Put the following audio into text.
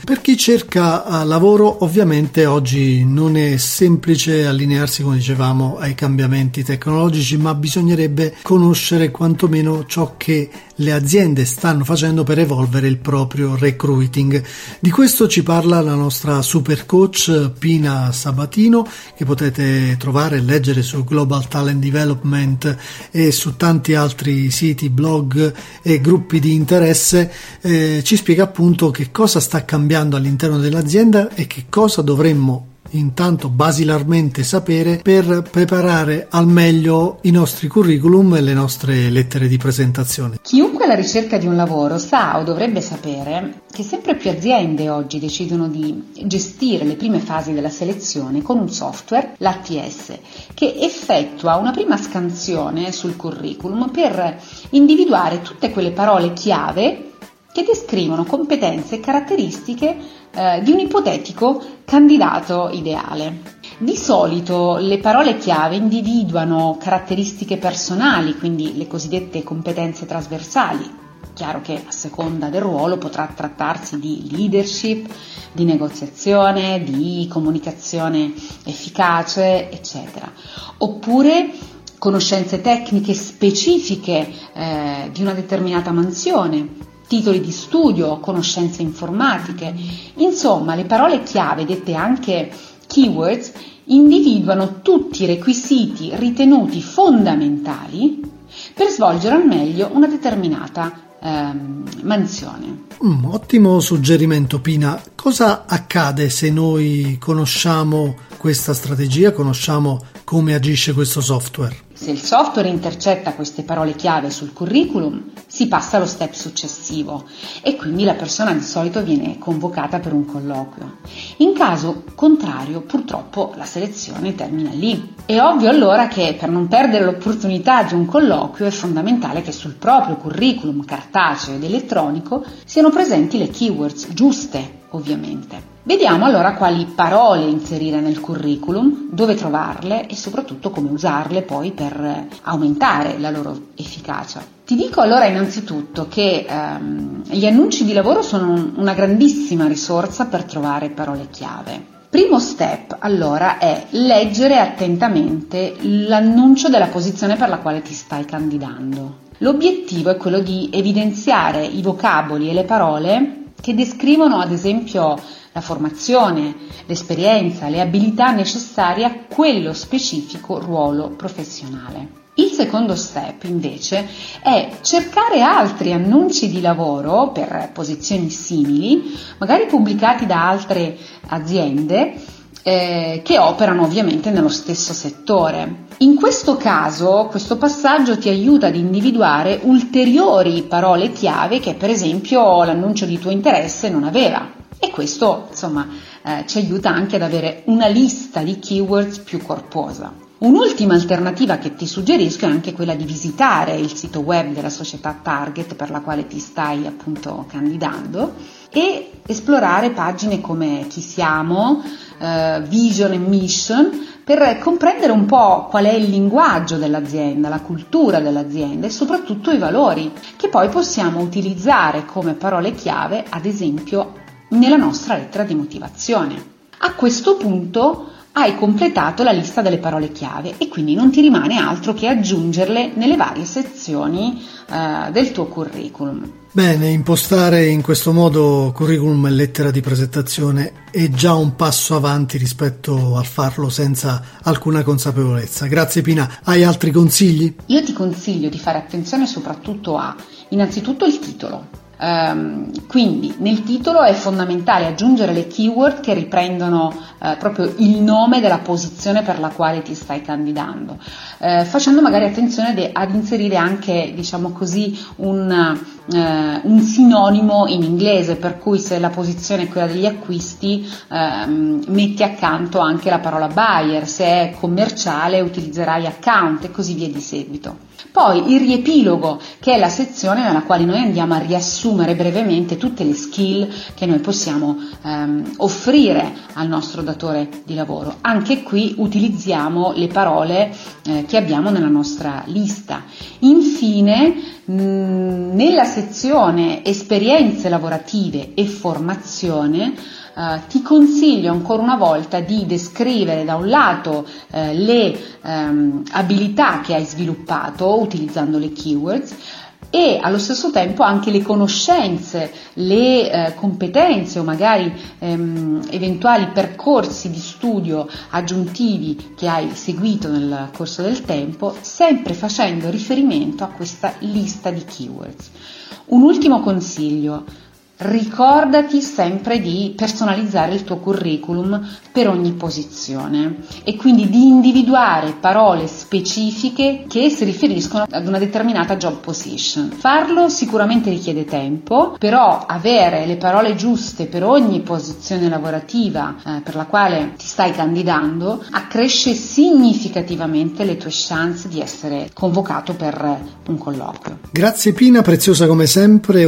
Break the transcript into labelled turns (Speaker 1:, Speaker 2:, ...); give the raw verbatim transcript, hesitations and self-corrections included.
Speaker 1: Per chi cerca lavoro, ovviamente oggi non è semplice allinearsi, come dicevamo, ai cambiamenti tecnologici, ma bisognerebbe conoscere quantomeno ciò che le aziende stanno facendo per evolvere il proprio recruiting. Di questo ci parla la nostra super coach Pina Sabatino, che potete trovare e leggere su Global Talent Development e su tanti altri siti, blog e gruppi di interesse. Eh, ci spiega appunto che cosa sta cambiando all'interno dell'azienda e che cosa dovremmo intanto basilarmente sapere per preparare al meglio i nostri curriculum e le nostre lettere di presentazione.
Speaker 2: Chiunque alla ricerca di un lavoro sa o dovrebbe sapere che sempre più aziende oggi decidono di gestire le prime fasi della selezione con un software, l'A T S, che effettua una prima scansione sul curriculum per individuare tutte quelle parole chiave che descrivono competenze e caratteristiche eh, di un ipotetico candidato ideale. Di solito le parole chiave individuano caratteristiche personali, quindi le cosiddette competenze trasversali. Chiaro che a seconda del ruolo potrà trattarsi di leadership, di negoziazione, di comunicazione efficace, eccetera. Oppure conoscenze tecniche specifiche eh, di una determinata mansione, titoli di studio, conoscenze informatiche. Insomma, le parole chiave, dette anche keywords, individuano tutti i requisiti ritenuti fondamentali per svolgere al meglio una determinata ehm, mansione.
Speaker 1: Mm, ottimo suggerimento, Pina. Cosa accade se noi conosciamo questa strategia, conosciamo come agisce questo software?
Speaker 2: Se il software intercetta queste parole chiave sul curriculum, si passa allo step successivo e quindi la persona di solito viene convocata per un colloquio. In caso contrario, purtroppo la selezione termina lì. È ovvio allora che per non perdere l'opportunità di un colloquio è fondamentale che sul proprio curriculum cartaceo ed elettronico siano presenti le keywords giuste, ovviamente. Vediamo allora quali parole inserire nel curriculum, dove trovarle e soprattutto come usarle poi per aumentare la loro efficacia. Ti dico allora innanzitutto che ehm, gli annunci di lavoro sono una grandissima risorsa per trovare parole chiave. Primo step allora è leggere attentamente l'annuncio della posizione per la quale ti stai candidando. L'obiettivo è quello di evidenziare i vocaboli e le parole che descrivono ad esempio la formazione, l'esperienza, le abilità necessarie a quello specifico ruolo professionale. Il secondo step invece è cercare altri annunci di lavoro per posizioni simili, magari pubblicati da altre aziende eh, che operano ovviamente nello stesso settore. In questo caso, questo passaggio ti aiuta ad individuare ulteriori parole chiave che per esempio l'annuncio di tuo interesse non aveva. E questo, insomma, eh, ci aiuta anche ad avere una lista di keywords più corposa. Un'ultima alternativa che ti suggerisco è anche quella di visitare il sito web della società target per la quale ti stai appunto candidando e esplorare pagine come Chi siamo, eh, Vision e Mission per comprendere un po' qual è il linguaggio dell'azienda, la cultura dell'azienda e soprattutto i valori che poi possiamo utilizzare come parole chiave, ad esempio, nella nostra lettera di motivazione. A questo punto hai completato la lista delle parole chiave e quindi non ti rimane altro che aggiungerle nelle varie sezioni eh, del tuo curriculum.
Speaker 1: Bene, impostare in questo modo curriculum e lettera di presentazione è già un passo avanti rispetto al farlo senza alcuna consapevolezza. Grazie Pina. Hai altri consigli?
Speaker 2: Io ti consiglio di fare attenzione soprattutto a, innanzitutto, il titolo. Um, quindi nel titolo è fondamentale aggiungere le keyword che riprendono uh, proprio il nome della posizione per la quale ti stai candidando, uh, facendo magari attenzione de- ad inserire anche, diciamo così, un, uh, un sinonimo in inglese, per cui se la posizione è quella degli acquisti uh, metti accanto anche la parola buyer, se è commerciale utilizzerai account e così via di seguito. Poi il riepilogo, che è la sezione nella quale noi andiamo a riassumere brevemente tutte le skill che noi possiamo ehm, offrire al nostro datore di lavoro. Anche qui utilizziamo le parole eh, che abbiamo nella nostra lista. Infine, mh, nella sezione esperienze lavorative e formazione Uh, ti consiglio ancora una volta di descrivere da un lato uh, le um, abilità che hai sviluppato utilizzando le keywords e allo stesso tempo anche le conoscenze, le uh, competenze o magari um, eventuali percorsi di studio aggiuntivi che hai seguito nel corso del tempo, sempre facendo riferimento a questa lista di keywords. Un ultimo consiglio: ricordati sempre di personalizzare il tuo curriculum per ogni posizione e quindi di individuare parole specifiche che si riferiscono ad una determinata job position. Farlo sicuramente richiede tempo, però avere le parole giuste per ogni posizione lavorativa eh, per la quale ti stai candidando accresce significativamente le tue chance di essere convocato per un colloquio.
Speaker 1: Grazie Pina, preziosa come sempre.